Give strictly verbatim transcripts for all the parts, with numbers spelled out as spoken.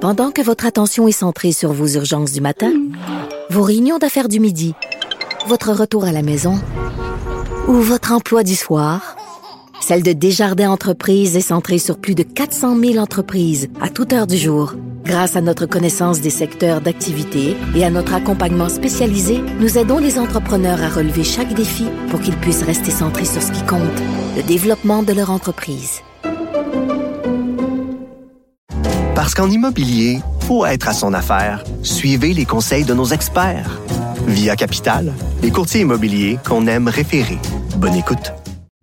Pendant que votre attention est centrée sur vos urgences du matin, vos réunions d'affaires du midi, votre retour à la maison ou votre emploi du soir, celle de Desjardins Entreprises est centrée sur plus de quatre cent mille entreprises à toute heure du jour. Grâce à notre connaissance des secteurs d'activité et à notre accompagnement spécialisé, nous aidons les entrepreneurs à relever chaque défi pour qu'ils puissent rester centrés sur ce qui compte, le développement de leur entreprise. Parce qu'en immobilier, faut être à son affaire. Suivez les conseils de nos experts. Via Capital, les courtiers immobiliers qu'on aime référer. Bonne écoute.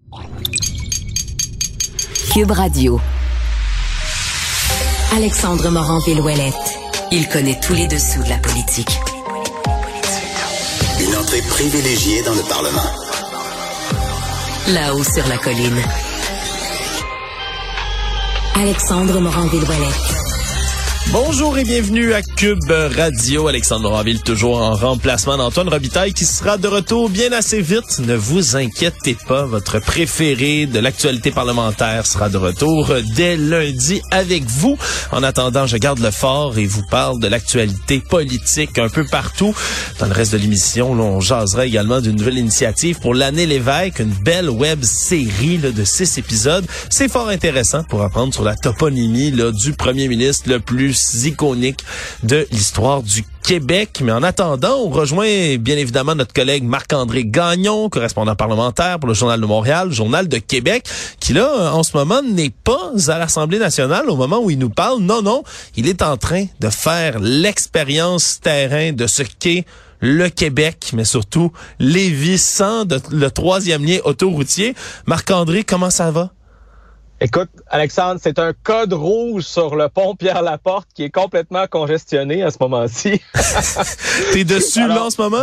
Cube Radio. Alexandre Morin-Villouellette. Il connaît tous les dessous de la politique. Une entrée privilégiée dans le Parlement. Là-haut sur la colline. Alexandre Morin-Villouellette. Bonjour et bienvenue à Cube Radio. Alexandre Moranville, toujours en remplacement d'Antoine Robitaille, qui sera de retour bien assez vite. Ne vous inquiétez pas, votre préféré de l'actualité parlementaire sera de retour dès lundi avec vous. En attendant, je garde le fort et vous parle de l'actualité politique un peu partout. Dans le reste de l'émission, là, on jasera également d'une nouvelle initiative pour l'année Lévesque, une belle web série là, de six épisodes. C'est fort intéressant pour apprendre sur la toponymie là, du premier ministre le plus iconique de l'histoire du Québec. Mais en attendant, on rejoint bien évidemment notre collègue Marc-André Gagnon, correspondant parlementaire pour le Journal de Montréal, le Journal de Québec, qui là, en ce moment, n'est pas à l'Assemblée nationale au moment où il nous parle. Non, non, il est en train de faire l'expérience terrain de ce qu'est le Québec, mais surtout Lévis sans de, le troisième lien autoroutier. Marc-André, comment ça va? Écoute, Alexandre, c'est un code rouge sur le pont Pierre-Laporte qui est complètement congestionné à ce moment-ci. T'es dessus Alors, là en ce moment?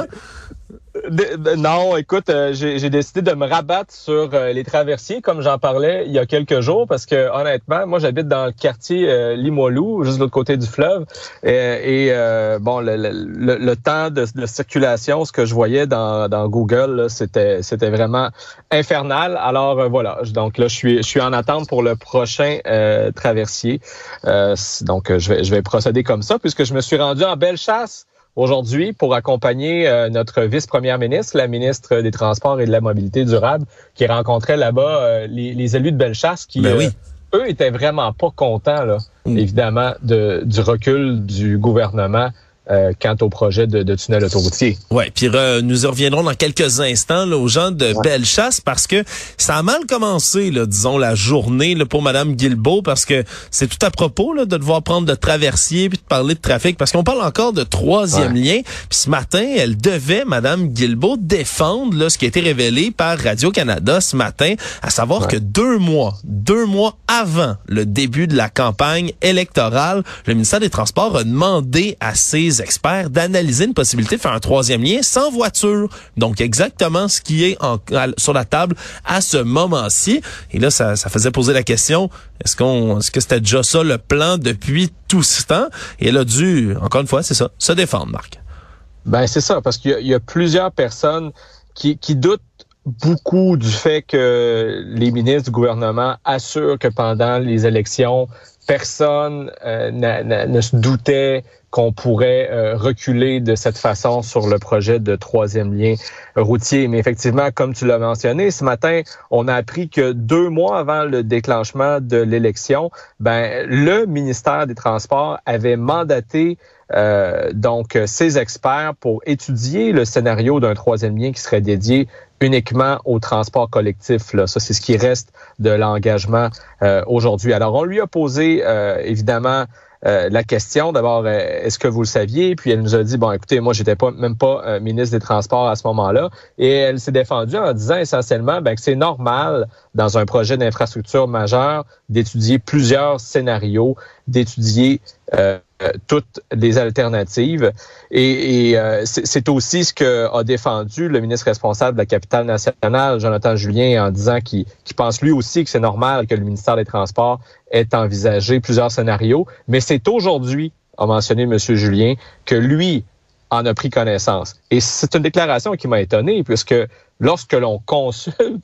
De, de, non, écoute, euh, j'ai, j'ai décidé de me rabattre sur euh, les traversiers, comme j'en parlais il y a quelques jours, parce que honnêtement, moi j'habite dans le quartier euh, Limoilou, juste de l'autre côté du fleuve, et, et euh, bon, le, le, le temps de, de circulation, ce que je voyais dans, dans Google, là, c'était, c'était vraiment infernal. Alors euh, voilà, donc là je suis, je suis en attente pour le prochain euh, traversier. Euh, donc je vais, je vais procéder comme ça, puisque je me suis rendu en Bellechasse aujourd'hui pour accompagner euh, notre vice-première ministre, la ministre des Transports et de la Mobilité durable, qui rencontrait là-bas euh, les, les élus de Bellechasse qui, ben oui. euh, eux, étaient vraiment pas contents, là, mmh. évidemment, de, du recul du gouvernement Euh, quant au projet de, de tunnel autoroutier. Ouais, puis euh, nous y reviendrons dans quelques instants là, aux gens de ouais. Bellechasse, parce que ça a mal commencé, là, disons, la journée là, pour Mme Guilbeault, parce que c'est tout à propos là, de devoir prendre le traversier puis de parler de trafic, parce qu'on parle encore de troisième ouais. lien. Puis ce matin, elle devait, Mme Guilbeault, défendre là, ce qui a été révélé par Radio-Canada ce matin, à savoir ouais. que deux mois, deux mois avant le début de la campagne électorale, le ministère des Transports a demandé à ses experts d'analyser une possibilité de faire un troisième lien sans voiture. Donc, exactement ce qui est en, à, sur la table à ce moment-ci. Et là, ça, ça faisait poser la question, est-ce qu'on, est-ce que c'était déjà ça le plan depuis tout ce temps? Et elle a dû, encore une fois, c'est ça, se défendre, Marc. Ben, c'est ça, parce qu'il y a, il y a plusieurs personnes qui, qui doutent beaucoup du fait que les ministres du gouvernement assurent que pendant les élections, personne euh, n'a, n'a, ne se doutait qu'on pourrait euh, reculer de cette façon sur le projet de troisième lien routier. Mais effectivement, comme tu l'as mentionné, ce matin, on a appris que deux mois avant le déclenchement de l'élection, ben le ministère des Transports avait mandaté euh, donc ses experts pour étudier le scénario d'un troisième lien qui serait dédié uniquement au transport collectif. Là. Ça, c'est ce qui reste de l'engagement euh, aujourd'hui. Alors, on lui a posé, euh, évidemment, euh, la question. D'abord, euh, est-ce que vous le saviez? Puis elle nous a dit, bon, écoutez, moi, j'étais pas même pas euh, ministre des Transports à ce moment-là. Et elle s'est défendue en disant essentiellement ben, que c'est normal, dans un projet d'infrastructure majeur, d'étudier plusieurs scénarios, d'étudier euh, Euh, toutes les alternatives. Et, et euh, c'est, c'est aussi ce que a défendu le ministre responsable de la capitale nationale, Jonathan Julien, en disant qu'il, qu'il pense lui aussi que c'est normal que le ministère des Transports ait envisagé plusieurs scénarios. Mais c'est aujourd'hui, a mentionné M. Julien, que lui en a pris connaissance. Et c'est une déclaration qui m'a étonné, puisque lorsque l'on consulte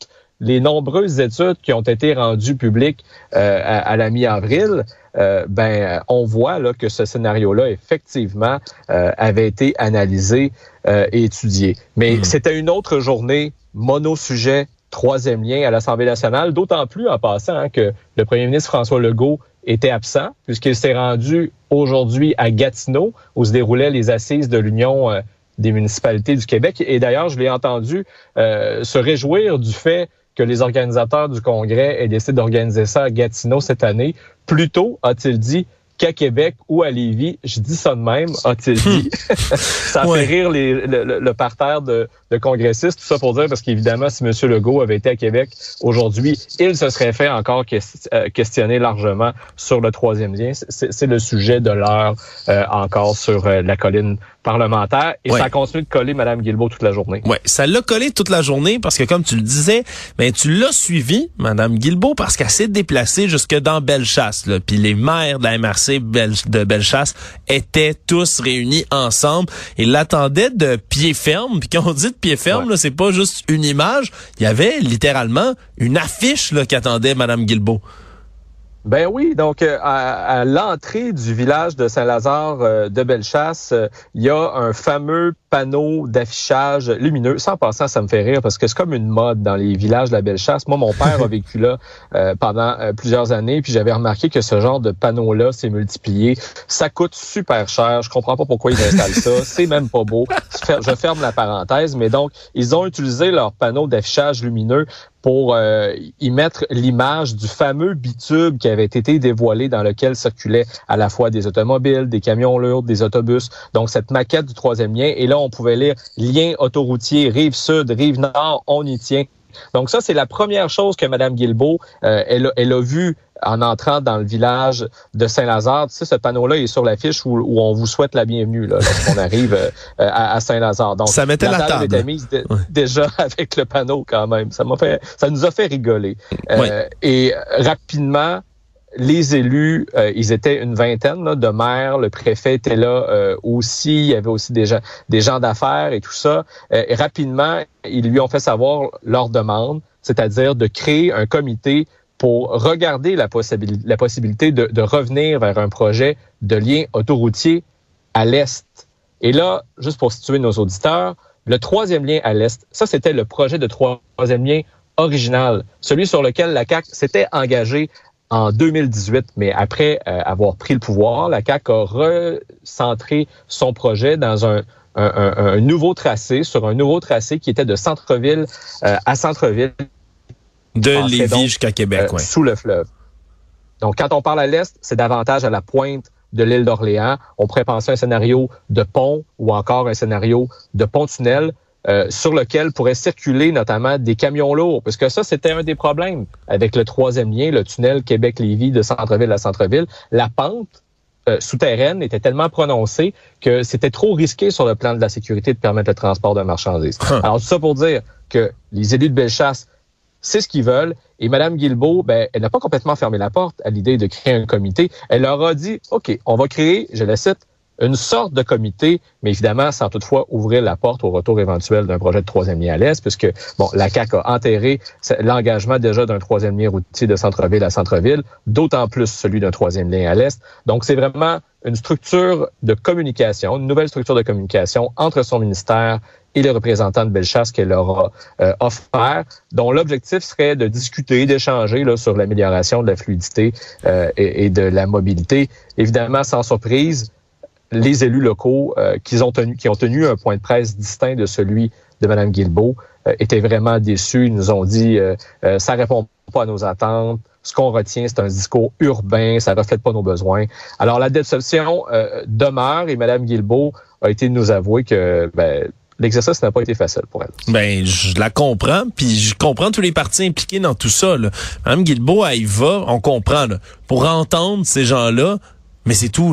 les nombreuses études qui ont été rendues publiques euh, à, à la mi-avril, euh, ben on voit là que ce scénario-là effectivement euh, avait été analysé euh, et étudié. Mais mmh. c'était une autre journée mono-sujet, troisième lien à l'Assemblée nationale, d'autant plus en passant hein, que le premier ministre François Legault était absent puisqu'il s'est rendu aujourd'hui à Gatineau où se déroulaient les assises de l'Union euh, des municipalités du Québec. Et d'ailleurs, je l'ai entendu euh, se réjouir du fait que les organisateurs du Congrès aient décidé d'organiser ça à Gatineau cette année. Plutôt, a-t-il dit, qu'à Québec ou à Lévis. Je dis ça de même, a-t-il dit. Ça ouais. fait rire les, le, le, le parterre de, de congressistes. Tout ça pour dire, parce qu'évidemment, si M. Legault avait été à Québec aujourd'hui, il se serait fait encore questionner largement sur le troisième lien. C'est, c'est le sujet de l'heure euh, encore sur euh, la colline parlementaire. Et ouais. ça continue de coller Mme Guilbeault toute la journée. Oui, ça l'a collé toute la journée parce que, comme tu le disais, ben tu l'as suivi, Mme Guilbeault, parce qu'elle s'est déplacée jusque dans Bellechasse. Là. Puis les maires de la M R C de Bellechasse étaient tous réunis ensemble et l'attendaient de pied ferme. Puis quand on dit de pied ferme, ouais. là, c'est pas juste une image. Il y avait littéralement une affiche là, qui attendait Mme Guilbeault. Ben oui, donc euh, à, à l'entrée du village de Saint-Lazare euh, de Bellechasse, euh, il y a un fameux panneau d'affichage lumineux. Ça, en passant, ça me fait rire parce que c'est comme une mode dans les villages de la Bellechasse. Moi, mon père a vécu là euh, pendant euh, plusieurs années, puis j'avais remarqué que ce genre de panneau-là s'est multiplié. Ça coûte super cher. Je comprends pas pourquoi ils installent ça. C'est même pas beau. Je ferme la parenthèse, mais donc, ils ont utilisé leur panneau d'affichage lumineux pour euh, y mettre l'image du fameux bitube qui avait été dévoilé dans lequel circulaient à la fois des automobiles, des camions lourds, des autobus. Donc, cette maquette du troisième lien. Et là, on pouvait lire « Lien autoroutier, Rive-Sud, Rive-Nord, on y tient ». Donc, ça, c'est la première chose que Mme Guilbeault, euh, elle, elle a vue en entrant dans le village de Saint-Lazare. Tu sais, ce panneau-là est sur l'affiche où, où on vous souhaite la bienvenue là, lorsqu'on arrive euh, à, à Saint-Lazare. Donc, ça mettait la, la table. était mise de, ouais. déjà avec le panneau quand même. Ça m'a fait, ça nous a fait rigoler. Oui. Euh, et rapidement, les élus, euh, ils étaient une vingtaine là, de maires. Le préfet était là euh, aussi. Il y avait aussi des gens, des gens d'affaires et tout ça. Euh, et rapidement, ils lui ont fait savoir leur demande, c'est-à-dire de créer un comité pour regarder la possibilité, la possibilité de, de revenir vers un projet de lien autoroutier à l'Est. Et là, juste pour situer nos auditeurs, le troisième lien à l'Est, ça, c'était le projet de troisième lien original, celui sur lequel la C A Q s'était engagée en deux mille dix-huit. Mais après euh, avoir pris le pouvoir, la C A Q a recentré son projet dans un, un, un, un nouveau tracé, sur un nouveau tracé qui était de centre-ville euh, à centre-ville. De Lévis jusqu'à Québec, euh, oui. Sous le fleuve. Donc, quand on parle à l'Est, c'est davantage à la pointe de l'île d'Orléans. On pourrait penser à un scénario de pont ou encore un scénario de pont-tunnel euh, sur lequel pourraient circuler notamment des camions lourds. Parce que ça, c'était un des problèmes avec le troisième lien, le tunnel Québec-Lévis de centre-ville à centre-ville. La pente euh, souterraine était tellement prononcée que c'était trop risqué sur le plan de la sécurité de permettre le transport de marchandises. Huh. Alors, tout ça pour dire que les élus de Bellechasse, c'est ce qu'ils veulent. Et Mme Guilbeault, ben, elle n'a pas complètement fermé la porte à l'idée de créer un comité. Elle leur a dit, OK, on va créer, je la cite, une sorte de comité, mais évidemment sans toutefois ouvrir la porte au retour éventuel d'un projet de troisième lien à l'Est, puisque bon, la C A Q a enterré l'engagement déjà d'un troisième lien routier de centre-ville à centre-ville, d'autant plus celui d'un troisième lien à l'Est. Donc, c'est vraiment une structure de communication, une nouvelle structure de communication entre son ministère et les représentants de Bellechasse qu'elle leur a euh, offert, dont l'objectif serait de discuter, d'échanger là, sur l'amélioration de la fluidité euh, et, et de la mobilité. Évidemment, sans surprise, les élus locaux euh, qui, ont tenu, qui ont tenu un point de presse distinct de celui de Mme Guilbeault euh, étaient vraiment déçus. Ils nous ont dit euh, euh, ça répond pas à nos attentes. Ce qu'on retient, c'est un discours urbain, ça reflète pas nos besoins. Alors, la déception euh, demeure et Mme Guilbeault a été de nous avouer que ben, l'exercice n'a pas été facile pour elle. Ben, je la comprends, puis je comprends tous les partis impliqués dans tout ça. Là. Mme Guilbeault, elle y va, on comprend, là, pour entendre ces gens-là, mais c'est tout, là.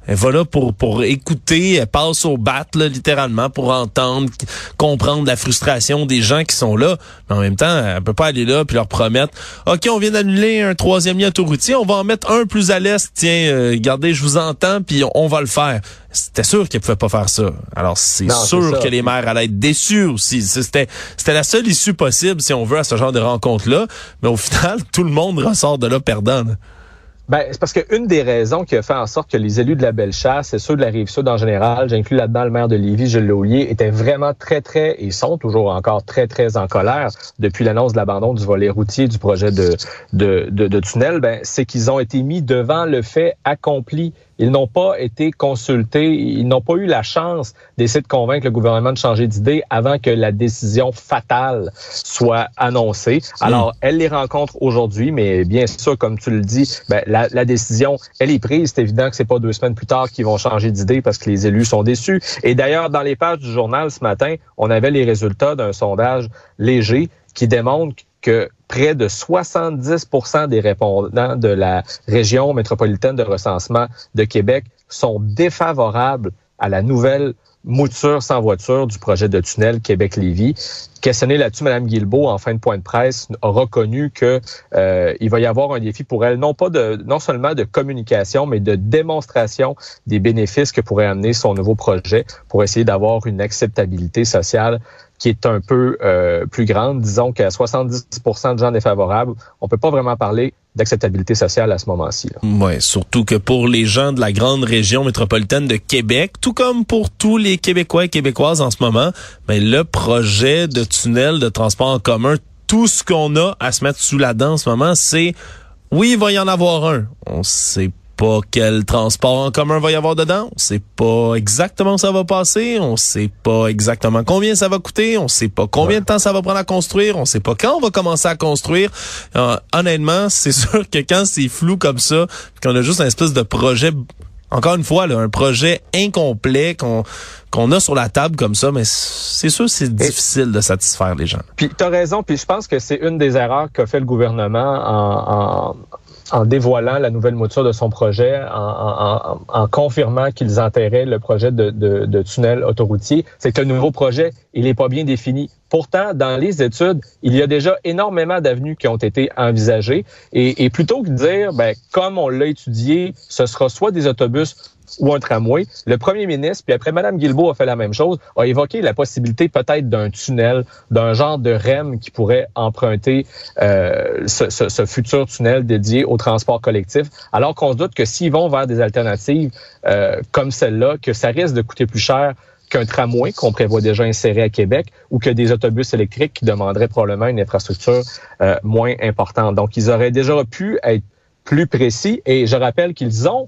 Elle va là pour pour écouter, elle passe au bat, là, littéralement, pour entendre, comprendre la frustration des gens qui sont là. Mais en même temps, elle peut pas aller là puis leur promettre « OK, on vient d'annuler un troisième lien autoroutier, on va en mettre un plus à l'est. Tiens, euh, regardez, je vous entends, puis on, on va le faire. » C'était sûr qu'elle pouvait pas faire ça. Alors, c'est non, sûr c'est que les maires allaient être déçus aussi. C'était, c'était la seule issue possible, si on veut, à ce genre de rencontre-là. Mais au final, tout le monde ressort de là perdant. Ben, c'est parce qu'une des raisons qui a fait en sorte que les élus de la Bellechasse et ceux de la Rive-Sud en général, j'inclus là-dedans le maire de Lévis, Gilles Laulier, étaient vraiment très, très, et sont toujours encore très, très en colère depuis l'annonce de l'abandon du volet routier du projet de, de, de, de tunnel, ben, c'est qu'ils ont été mis devant le fait accompli. Ils n'ont pas été consultés, ils n'ont pas eu la chance d'essayer de convaincre le gouvernement de changer d'idée avant que la décision fatale soit annoncée. Alors, mmh. elle les rencontre aujourd'hui, mais bien sûr, comme tu le dis, ben, la, la décision, elle est prise. C'est évident que c'est pas deux semaines plus tard qu'ils vont changer d'idée parce que les élus sont déçus. Et d'ailleurs, dans les pages du journal ce matin, on avait les résultats d'un sondage léger qui démontre que près de soixante-dix pour cent des répondants de la région métropolitaine de recensement de Québec sont défavorables à la nouvelle mouture sans voiture du projet de tunnel Québec-Lévis. Questionnée là-dessus, Mme Guilbeault, en fin de point de presse, a reconnu que euh, il va y avoir un défi pour elle, non pas de, non seulement de communication, mais de démonstration des bénéfices que pourrait amener son nouveau projet pour essayer d'avoir une acceptabilité sociale qui est un peu euh, plus grande. Disons qu'à soixante-dix pour cent de gens défavorables, on peut pas vraiment parler d'acceptabilité sociale à ce moment-ci. Oui, surtout que pour les gens de la grande région métropolitaine de Québec, tout comme pour tous les Québécois et Québécoises en ce moment, ben le projet de tunnel de transport en commun, tout ce qu'on a à se mettre sous la dent en ce moment, c'est oui, il va y en avoir un. On sait pas quel transport en commun va y avoir dedans. On sait pas exactement où ça va passer. On sait pas exactement combien ça va coûter. On sait pas combien de temps ça va prendre à construire. On sait pas quand on va commencer à construire. Euh, honnêtement, c'est sûr que quand c'est flou comme ça, qu'on a juste un espèce de projet, encore une fois, là, un projet incomplet qu'on qu'on a sur la table comme ça, mais c'est sûr que c'est difficile de satisfaire les gens. Puis t'as raison, puis je pense que c'est une des erreurs qu'a fait le gouvernement en, en en dévoilant la nouvelle mouture de son projet, en, en, en confirmant qu'ils enterraient le projet de, de, de tunnel autoroutier, c'est que le nouveau projet, il n'est pas bien défini. Pourtant, dans les études, il y a déjà énormément d'avenues qui ont été envisagées. Et, et plutôt que de dire, ben, comme on l'a étudié, ce sera soit des autobus ou un tramway, le premier ministre, puis après Mme Guilbeault a fait la même chose, a évoqué la possibilité peut-être d'un tunnel, d'un genre de R E M qui pourrait emprunter euh, ce, ce, ce futur tunnel dédié au transport collectif, alors qu'on se doute que s'ils vont vers des alternatives euh, comme celle-là, que ça risque de coûter plus cher qu'un tramway qu'on prévoit déjà insérer à Québec ou que des autobus électriques qui demanderaient probablement une infrastructure euh, moins importante. Donc, ils auraient déjà pu être plus précis et je rappelle qu'ils ont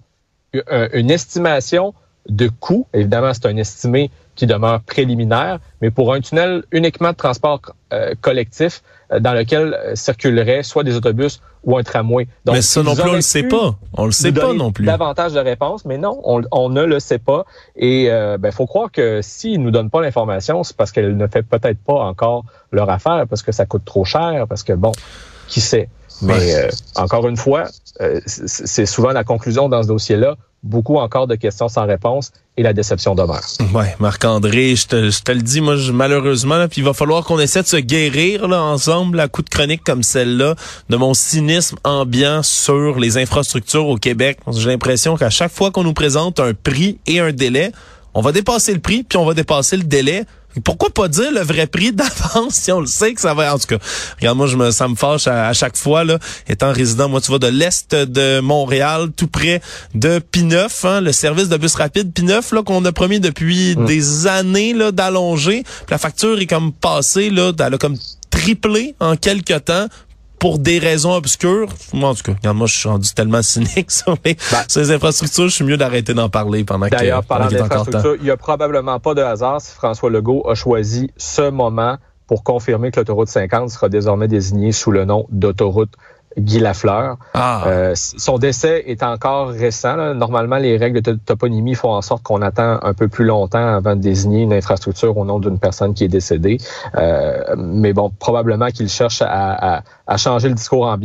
une estimation de coût. Évidemment, c'est un estimé qui demeure préliminaire, mais pour un tunnel uniquement de transport euh, collectif euh, dans lequel euh, circuleraient soit des autobus ou un tramway. Donc, mais ça non plus, on le sait pas. On le sait pas non plus. Davantage de réponses, mais non, on, on ne le sait pas. Et euh, ben, faut croire que s'ils nous donnent pas l'information, c'est parce qu'elle ne fait peut-être pas encore leur affaire, parce que ça coûte trop cher, parce que bon, qui sait. Mais ouais. euh, encore une fois, euh, c'est souvent la conclusion dans ce dossier-là. Beaucoup encore de questions sans réponse et la déception demeure. Ouais, Marc-André, je te, je te le dis, moi, je, malheureusement, là, puis il va falloir qu'on essaie de se guérir là ensemble à coup de chronique comme celle-là, de mon cynisme ambiant sur les infrastructures au Québec. J'ai l'impression qu'à chaque fois qu'on nous présente un prix et un délai, on va dépasser le prix puis on va dépasser le délai. Pourquoi pas dire le vrai prix d'avance si on le sait que ça va... En tout cas, regarde, moi, je me, ça me fâche à, à chaque fois, là, étant résident, moi, tu vas de l'est de Montréal, tout près de P neuf, hein, le service de bus rapide P neuf, là, qu'on a promis depuis mmh. des années, là, d'allonger. Puis la facture est comme passée, là, elle a comme triplé en quelques temps. Pour des raisons obscures. Moi, en tout cas, regarde, moi, je suis rendu tellement cynique sur les, ben, sur les infrastructures, je suis mieux d'arrêter d'en parler pendant que D'ailleurs, parlant d'infrastructures, il n'y a probablement pas de hasard si François Legault a choisi ce moment pour confirmer que l'autoroute cinquante sera désormais désignée sous le nom d'autoroute Guy Lafleur. Ah. Euh, son décès est encore récent. Là. Normalement, les règles de toponymie font en sorte qu'on attend un peu plus longtemps avant de désigner une infrastructure au nom d'une personne qui est décédée. Euh, mais bon, probablement qu'il cherche à, à, à changer le discours ambiant.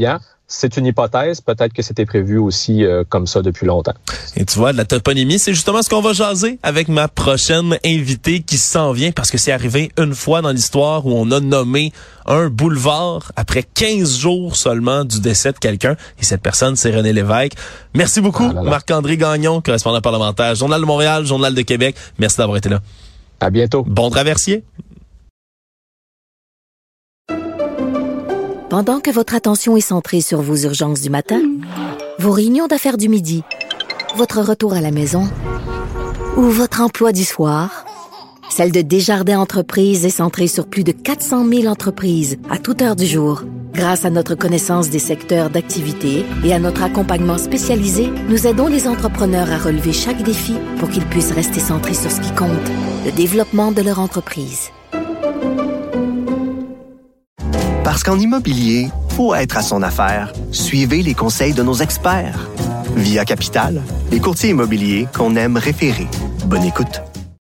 c'est une hypothèse. Peut-être que c'était prévu aussi euh, comme ça depuis longtemps. Et tu vois, de la toponymie, c'est justement ce qu'on va jaser avec ma prochaine invitée qui s'en vient, parce que c'est arrivé une fois dans l'histoire où on a nommé un boulevard après quinze jours seulement du décès de quelqu'un. Et cette personne, c'est René Lévesque. Merci beaucoup, ah là là. Marc-André Gagnon, correspondant parlementaire, Journal de Montréal, Journal de Québec. Merci d'avoir été là. À bientôt. Bon traversier. Pendant que votre attention est centrée sur vos urgences du matin, vos réunions d'affaires du midi, votre retour à la maison ou votre emploi du soir, celle de Desjardins Entreprises est centrée sur plus de quatre cent mille entreprises à toute heure du jour. Grâce à notre connaissance des secteurs d'activité et à notre accompagnement spécialisé, nous aidons les entrepreneurs à relever chaque défi pour qu'ils puissent rester centrés sur ce qui compte, le développement de leur entreprise. Parce qu'en immobilier, faut être à son affaire. Suivez les conseils de nos experts. Via Capital, les courtiers immobiliers qu'on aime référer. Bonne écoute.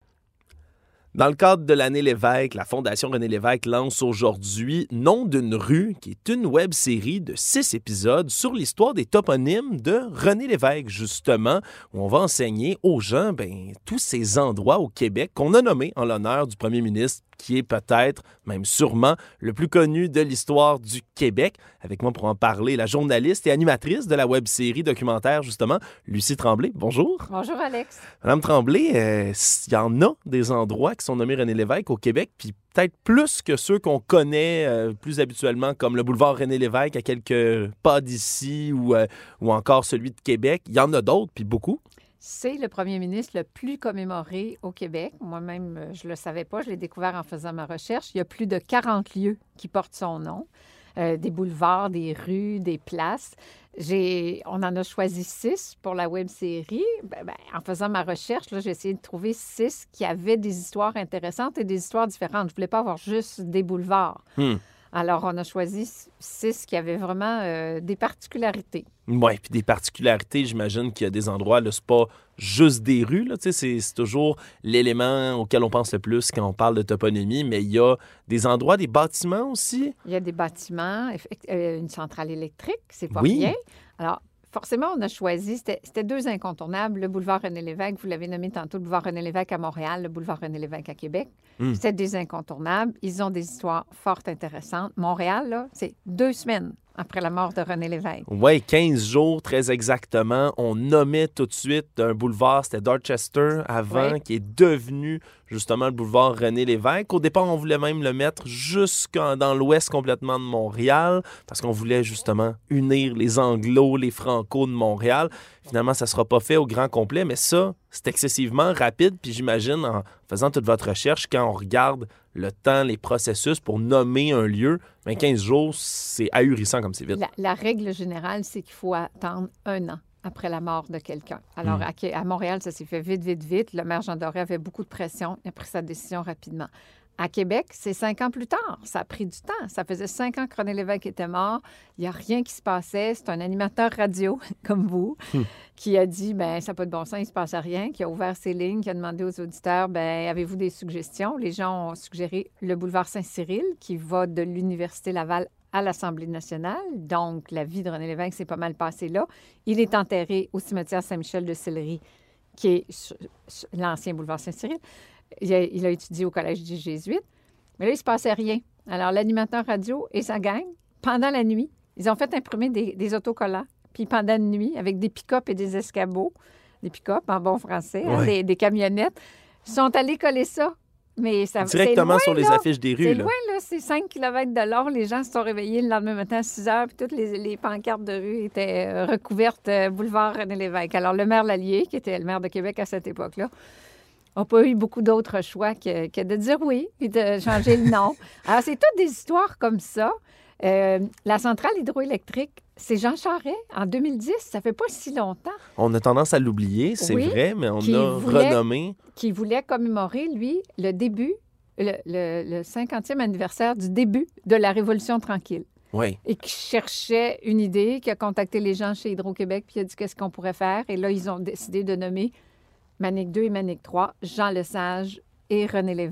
Dans le cadre de l'année Lévesque, la Fondation René Lévesque lance aujourd'hui Nom d'une rue, qui est une web-série de six épisodes sur l'histoire des toponymes de René Lévesque, justement, où on va enseigner aux gens ben, tous ces endroits au Québec qu'on a nommés en l'honneur du premier ministre, qui est peut-être, même sûrement, le plus connu de l'histoire du Québec. Avec moi pour en parler, la journaliste et animatrice de la web-série documentaire, justement, Lucie Tremblay. Bonjour. Bonjour, Alex. Madame Tremblay, il euh, y en a des endroits qui sont nommés René Lévesque au Québec, puis peut-être plus que ceux qu'on connaît euh, plus habituellement, comme le boulevard René Lévesque à quelques pas d'ici ou, euh, ou encore celui de Québec. Il y en a d'autres, puis beaucoup. C'est le premier ministre le plus commémoré au Québec. Moi-même, je ne le savais pas. Je l'ai découvert en faisant ma recherche. Il y a plus de quarante lieux qui portent son nom. Euh, des boulevards, des rues, des places. J'ai, on en a choisi six pour la web-série. Ben, ben, en faisant ma recherche, là, j'ai essayé de trouver six qui avaient des histoires intéressantes et des histoires différentes. Je ne voulais pas avoir juste des boulevards. Hmm. Alors, on a choisi six qui avaient vraiment euh, des particularités. Oui, puis des particularités, j'imagine qu'il y a des endroits, là, c'est pas juste des rues, là, tu sais, c'est, c'est toujours l'élément auquel on pense le plus quand on parle de toponymie, mais il y a des endroits, des bâtiments aussi. Il y a des bâtiments, une centrale électrique, c'est pas oui. rien. Alors, forcément, on a choisi, c'était, c'était deux incontournables, le boulevard René Lévesque, vous l'avez nommé tantôt, le boulevard René Lévesque à Montréal, le boulevard René Lévesque à Québec. Mm. C'était des incontournables. Ils ont des histoires fort intéressantes. Montréal, là, c'est deux semaines après la mort de René Lévesque. Oui, quinze jours, très exactement. On nommait tout de suite un boulevard, c'était Dorchester avant, oui. qui est devenu justement le boulevard René Lévesque. Au départ, on voulait même le mettre jusqu'en dans l'ouest complètement de Montréal, parce qu'on voulait justement unir les Anglos, les Franco de Montréal. Finalement, ça ne sera pas fait au grand complet, mais ça, c'est excessivement rapide. Puis j'imagine, en faisant toute votre recherche, quand on regarde le temps, les processus pour nommer un lieu, bien quinze jours, c'est ahurissant comme c'est vite. La, la règle générale, c'est qu'il faut attendre un an après la mort de quelqu'un. Alors, mmh. à, à Montréal, ça s'est fait vite, vite, vite. Le maire Jean Doré avait beaucoup de pression. Il a pris sa décision rapidement. À Québec, c'est cinq ans plus tard. Ça a pris du temps. Ça faisait cinq ans que René Lévesque était mort. Il n'y a rien qui se passait. C'est un animateur radio, comme vous, hum. qui a dit, bien, ça n'a pas de bon sens, il ne se passe rien, qui a ouvert ses lignes, qui a demandé aux auditeurs, bien, avez-vous des suggestions? Les gens ont suggéré le boulevard Saint-Cyril, qui va de l'Université Laval à l'Assemblée nationale. Donc, la vie de René Lévesque s'est pas mal passée là. Il est enterré au cimetière Saint-Michel de Sillery, qui est sur, sur l'ancien boulevard Saint-Cyril. Il a, il a étudié au Collège des Jésuites. Mais là, il ne se passait rien. Alors, l'animateur radio et sa gang, pendant la nuit, ils ont fait imprimer des, des autocollants. Puis pendant la nuit, avec des pick-up et des escabeaux, des pick-up en bon français, ouais. hein, des, des camionnettes, sont allés coller ça. Mais ça directement loin, sur les là. affiches des rues. C'est là. loin, là. C'est cinq kilomètres de long. Les gens se sont réveillés le lendemain matin à six heures, puis toutes les, les pancartes de rue étaient euh, recouvertes euh, boulevard René Lévesque. Alors, le maire Lallier, qui était le maire de Québec à cette époque-là, n'a pas eu beaucoup d'autres choix que, que de dire oui et de changer le nom. Alors, c'est toutes des histoires comme ça. Euh, la centrale hydroélectrique, c'est Jean Charest, en deux mille dix. Ça fait pas si longtemps. On a tendance à l'oublier, c'est oui, vrai, mais on a voulait, renommé. Qui voulait commémorer, lui, le début, le, le, le cinquantième anniversaire du début de la Révolution tranquille. Oui. Et qui cherchait une idée, qui a contacté les gens chez Hydro-Québec, puis il a dit qu'est-ce qu'on pourrait faire. Et là, ils ont décidé de nommer Manic deux et Manic trois, Jean Lesage et René Lévesque.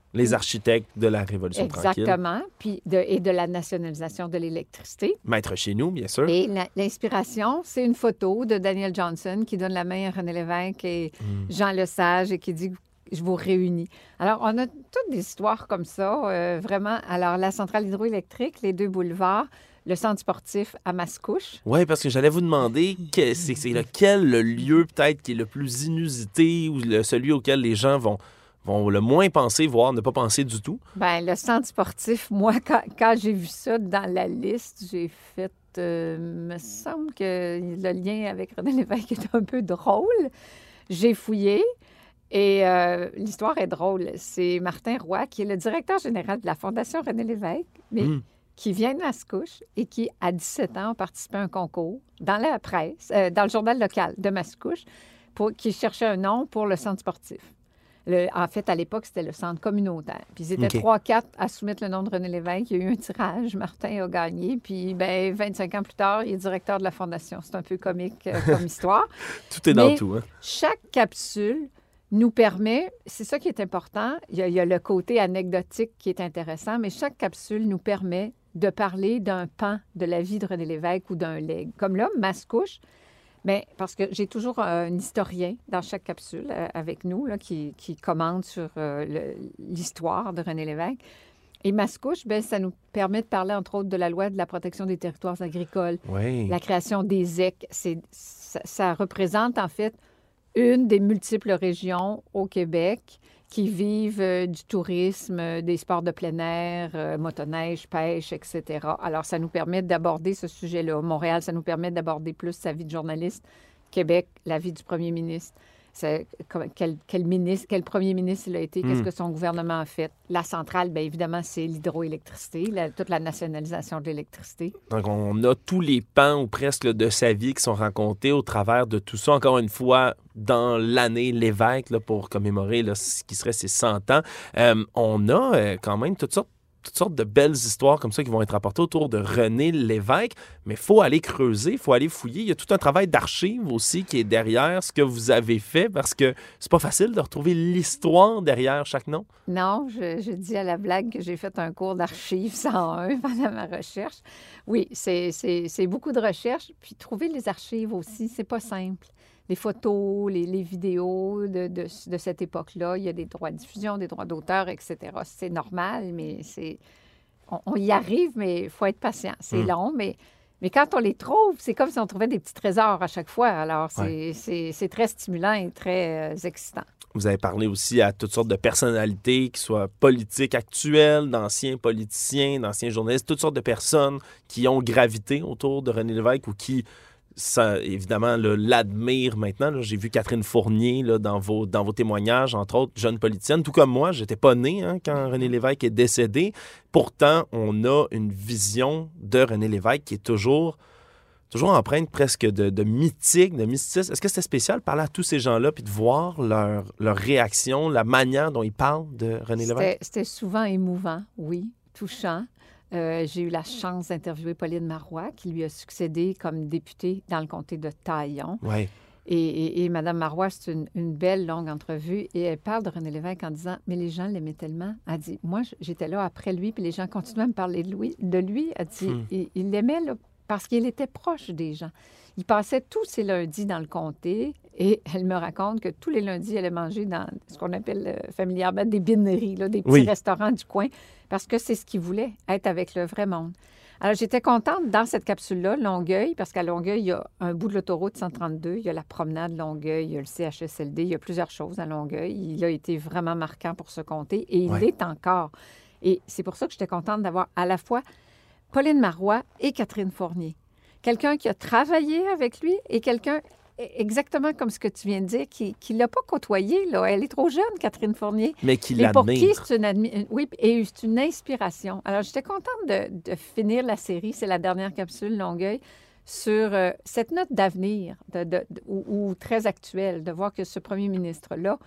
Les architectes de la Révolution tranquille. Exactement, puis de, et de la nationalisation de l'électricité. Maître chez nous, bien sûr. Et la, l'inspiration, c'est une photo de Daniel Johnson qui donne la main à René Lévesque et mm. Jean Lesage et qui dit « Je vous réunis ». Alors, on a toutes des histoires comme ça, euh, vraiment. Alors, la centrale hydroélectrique, les deux boulevards, le centre sportif à Mascouche. Oui, parce que j'allais vous demander, que c'est, c'est lequel le lieu peut-être qui est le plus inusité ou le, celui auquel les gens vont... vont le moins penser, voire ne pas penser du tout? Bien, le centre sportif, moi, quand, quand j'ai vu ça dans la liste, j'ai fait... Euh, me semble que le lien avec René Lévesque est un peu drôle. J'ai fouillé et euh, l'histoire est drôle. C'est Martin Roy, qui est le directeur général de la Fondation René Lévesque, mais mm. qui vient de Mascouche et qui, à dix-sept ans, a participé à un concours dans la presse, euh, dans le journal local de Mascouche, pour, qui cherchait un nom pour le centre sportif. Le, en fait, à l'époque, c'était le centre communautaire. Puis ils étaient trois, quatre à soumettre le nom de René Lévesque. Il y a eu un tirage. Martin a gagné. Puis, ben, vingt-cinq ans plus tard, il est directeur de la Fondation. C'est un peu comique euh, comme histoire. Tout est dans tout. Hein? Chaque capsule nous permet, c'est ça qui est important, il y, a, il y a le côté anecdotique qui est intéressant, mais chaque capsule nous permet de parler d'un pan de la vie de René Lévesque ou d'un legs. Comme là, Mascouche. Bien, parce que j'ai toujours un historien dans chaque capsule euh, avec nous là, qui, qui commente sur euh, le, l'histoire de René Lévesque. Et Mascouche, bien, ça nous permet de parler, entre autres, de la loi de la protection des territoires agricoles, oui. la création des Z E C. C'est, ça, ça représente, en fait, une des multiples régions au Québec qui vivent euh, du tourisme, euh, des sports de plein air, euh, motoneige, pêche, et cetera. Alors, ça nous permet d'aborder ce sujet-là. Montréal, ça nous permet d'aborder plus sa vie de journaliste. Québec, la vie du premier ministre. C'est, quel, quel, ministre, quel premier ministre il a été, qu'est-ce mm. que son gouvernement a fait. La centrale, bien évidemment, c'est l'hydroélectricité, la, toute la nationalisation de l'électricité. Donc, on a tous les pans ou presque là, de sa vie qui sont racontés au travers de tout ça. Encore une fois, dans l'année Lévesque, là, pour commémorer là, ce qui serait ses cent ans. Euh, on a euh, quand même toutes sortes toutes sortes de belles histoires comme ça qui vont être rapportées autour de René Lévesque, mais il faut aller creuser, il faut aller fouiller. Il y a tout un travail d'archives aussi qui est derrière ce que vous avez fait, parce que c'est pas facile de retrouver l'histoire derrière chaque nom. Non, je, je dis à la blague que j'ai fait un cours d'archives cent un pendant ma recherche. Oui, c'est, c'est, c'est beaucoup de recherche, puis trouver les archives aussi, c'est pas simple. Les photos, les, les vidéos de, de, de cette époque-là. Il y a des droits de diffusion, des droits d'auteur, et cetera. C'est normal, mais c'est... On, on y arrive, mais il faut être patient. C'est mmh. long, mais, mais quand on les trouve, c'est comme si on trouvait des petits trésors à chaque fois. Alors, c'est, ouais. c'est, c'est très stimulant et très euh, excitant. Vous avez parlé aussi à toutes sortes de personnalités, qui soient politiques actuelles, d'anciens politiciens, d'anciens journalistes, toutes sortes de personnes qui ont gravité autour de René Lévesque ou qui... Ça, évidemment, là, l'admire maintenant. Là. J'ai vu Catherine Fournier là, dans, vos, dans vos témoignages, entre autres, jeune politicienne. Tout comme moi, je n'étais pas né hein, quand René Lévesque est décédé. Pourtant, on a une vision de René Lévesque qui est toujours, toujours empreinte presque de, de mythique, de mysticisme. Est-ce que c'était spécial de parler à tous ces gens-là puis de voir leur, leur réaction, la manière dont ils parlent de René c'était, Lévesque? C'était souvent émouvant, oui, touchant. Euh, j'ai eu la chance d'interviewer Pauline Marois, qui lui a succédé comme députée dans le comté de Taillon. Ouais. Et, et, et Mme Marois, c'est une, une belle, longue entrevue. Et elle parle de René Lévesque en disant « Mais les gens l'aimaient tellement. » Elle dit « Moi, j'étais là après lui, puis les gens continuaient à me parler de lui. De lui. » Elle dit hmm. « Il, il l'aimait là, parce qu'il était proche des gens. Il passait tous ses lundis dans le comté. » Et elle me raconte que tous les lundis, elle allait manger dans ce qu'on appelle euh, familièrement des bineries, là, des petits oui. restaurants du coin, parce que c'est ce qu'il voulait, être avec le vrai monde. Alors, j'étais contente dans cette capsule-là, Longueuil, parce qu'à Longueuil, il y a un bout de l'autoroute cent trente-deux, il y a la promenade Longueuil, il y a le C H S L D, il y a plusieurs choses à Longueuil. Il a été vraiment marquant pour ce comté et il ouais. l'est encore. Et c'est pour ça que j'étais contente d'avoir à la fois Pauline Marois et Catherine Fournier. Quelqu'un qui a travaillé avec lui et quelqu'un... Exactement comme ce que tu viens de dire, qui ne l'a pas côtoyé. Là. Elle est trop jeune, Catherine Fournier. Mais qui l'admire. Pour qui c'est une, admi... oui, et c'est une inspiration. Alors, j'étais contente de, de finir la série, c'est la dernière capsule Longueuil, sur euh, cette note d'avenir, de, de, de, ou, ou très actuelle, de voir que ce premier ministre-là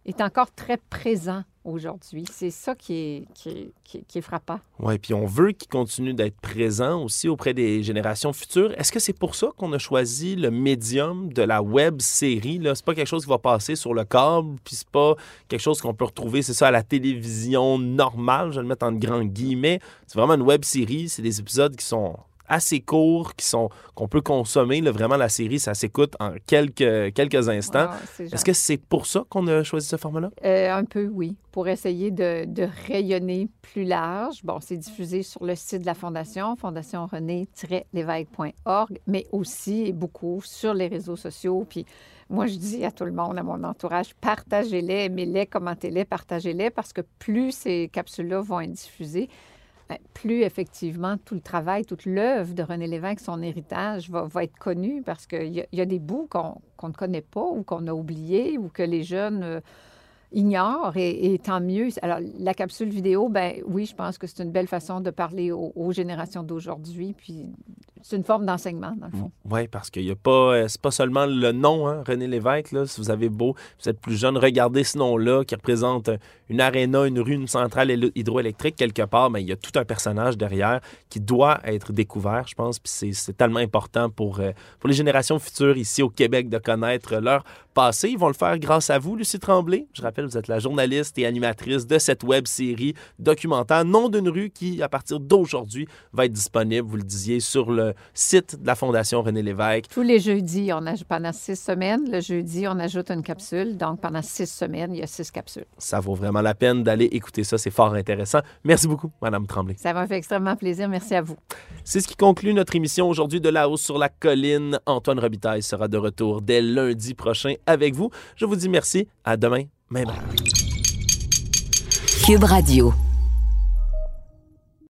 est encore très présent aujourd'hui. C'est ça qui est, qui est, qui est, qui est frappant. Oui, puis on veut qu'il continue d'être présent aussi auprès des générations futures. Est-ce que c'est pour ça qu'on a choisi le médium de la web série? Là? C'est pas quelque chose qui va passer sur le câble, puis c'est pas quelque chose qu'on peut retrouver, c'est ça, à la télévision normale, je vais le mettre en grands guillemets. C'est vraiment une web série, c'est des épisodes qui sont assez courts, qui sont qu'on peut consommer. Là, vraiment, la série, ça s'écoute en quelques, quelques instants. Wow, Est-ce que c'est pour ça qu'on a choisi ce format-là? Euh, un peu, oui. Pour essayer de, de rayonner plus large. Bon, c'est diffusé sur le site de la Fondation, fondation rené tiret lévesque point org, mais aussi et beaucoup sur les réseaux sociaux. Puis moi, je dis à tout le monde, à mon entourage, partagez-les, aimez-les, commentez-les, partagez-les, parce que plus ces capsules-là vont être diffusées, bien, plus effectivement tout le travail, toute l'œuvre de René Lévesque, son héritage, va, va être connu, parce qu'il y, y a des bouts qu'on, qu'on ne connaît pas ou qu'on a oubliés ou que les jeunes euh, ignorent, et, et tant mieux. Alors, la capsule vidéo, ben oui, je pense que c'est une belle façon de parler aux, aux générations d'aujourd'hui, puis c'est une forme d'enseignement, dans le fond. Oui, parce qu'il n'y a pas... C'est pas seulement le nom, hein, René Lévesque, là. Si vous avez beau, vous êtes plus jeune, regardez ce nom-là qui représente une aréna, une rue, une centrale hydroélectrique quelque part, mais il y a tout un personnage derrière qui doit être découvert, je pense, puis c'est, c'est tellement important pour, euh, pour les générations futures ici au Québec de connaître leur passé. Ils vont le faire grâce à vous, Lucie Tremblay. Je rappelle, vous êtes la journaliste et animatrice de cette web-série documentaire Nom d'une rue qui, à partir d'aujourd'hui, va être disponible, vous le disiez, sur le site de la Fondation René Lévesque. Tous les jeudis, on ajoute, pendant six semaines, le jeudi, on ajoute une capsule. Donc, pendant six semaines, il y a six capsules. Ça vaut vraiment la peine d'aller écouter ça. C'est fort intéressant. Merci beaucoup, Mme Tremblay. Ça m'a fait extrêmement plaisir. Merci à vous. C'est ce qui conclut notre émission aujourd'hui de La Hausse sur la colline. Antoine Robitaille sera de retour dès lundi prochain avec vous. Je vous dis merci. À demain, même heure. Cube Radio.